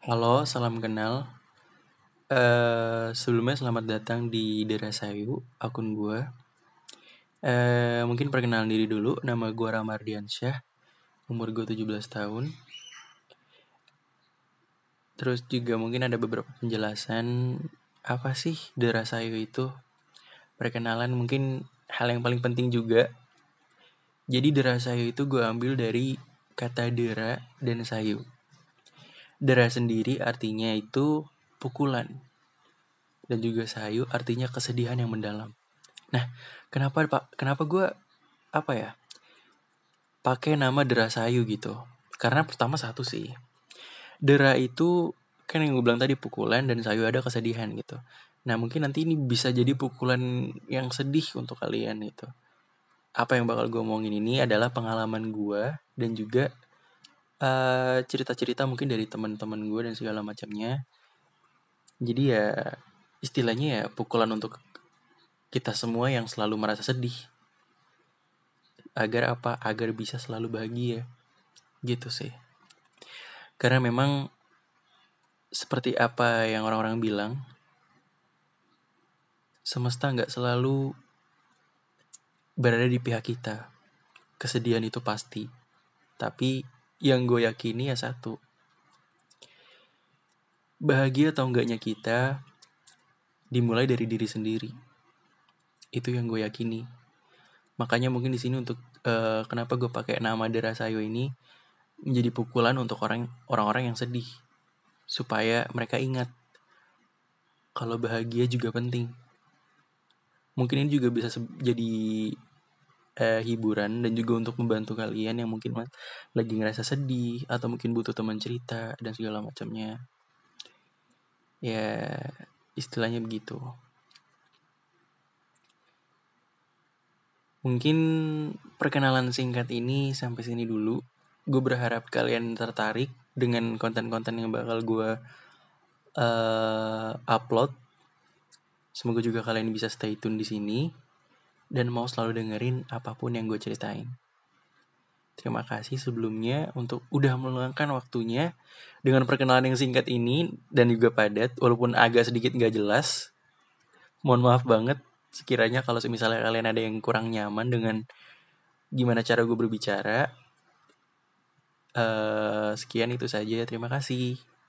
Halo, salam kenal. Sebelumnya selamat datang di Derasayu, akun gua. Mungkin perkenalan diri dulu, nama gua Ramardiansyah, umur gua 17 tahun. Terus juga mungkin ada beberapa penjelasan apa sih Derasayu itu. Perkenalan mungkin hal yang paling penting juga. Jadi Derasayu itu gua ambil dari kata dera dan sayu. Dera sendiri artinya itu pukulan. Dan juga sayu artinya kesedihan yang mendalam. Nah, kenapa gue apa ya pakai nama Dera Sayu gitu? Karena pertama satu sih, Dera itu kan yang gue bilang tadi pukulan dan sayu ada kesedihan gitu. Nah mungkin nanti ini bisa jadi pukulan yang sedih untuk kalian gitu. Apa yang bakal gue omongin ini adalah pengalaman gue dan juga cerita-cerita mungkin dari teman-teman gue dan segala macamnya. Jadi ya istilahnya ya pukulan untuk kita semua yang selalu merasa sedih. Agar apa? Agar bisa selalu bahagia. Gitu sih. Karena memang seperti apa yang orang-orang bilang, semesta nggak selalu berada di pihak kita. Kesedihan itu pasti. Tapi yang gue yakini ya satu, bahagia atau enggaknya kita dimulai dari diri sendiri. Itu yang gue yakini. Makanya mungkin di sini untuk kenapa gue pakai nama Dera Sayo ini menjadi pukulan untuk orang-orang yang sedih, supaya mereka ingat kalau bahagia juga penting. Mungkin ini juga bisa jadi hiburan dan juga untuk membantu kalian yang mungkin lagi ngerasa sedih atau mungkin butuh teman cerita dan segala macamnya. Ya, istilahnya begitu. Mungkin perkenalan singkat ini sampai sini dulu. Gue berharap kalian tertarik dengan konten-konten yang bakal gue upload. Semoga juga kalian bisa stay tune di sini dan mau selalu dengerin apapun yang gue ceritain. Terima kasih sebelumnya untuk udah meluangkan waktunya dengan perkenalan yang singkat ini dan juga padat, walaupun agak sedikit gak jelas. Mohon maaf banget sekiranya kalau misalnya kalian ada yang kurang nyaman dengan gimana cara gue berbicara. Sekian itu saja, terima kasih.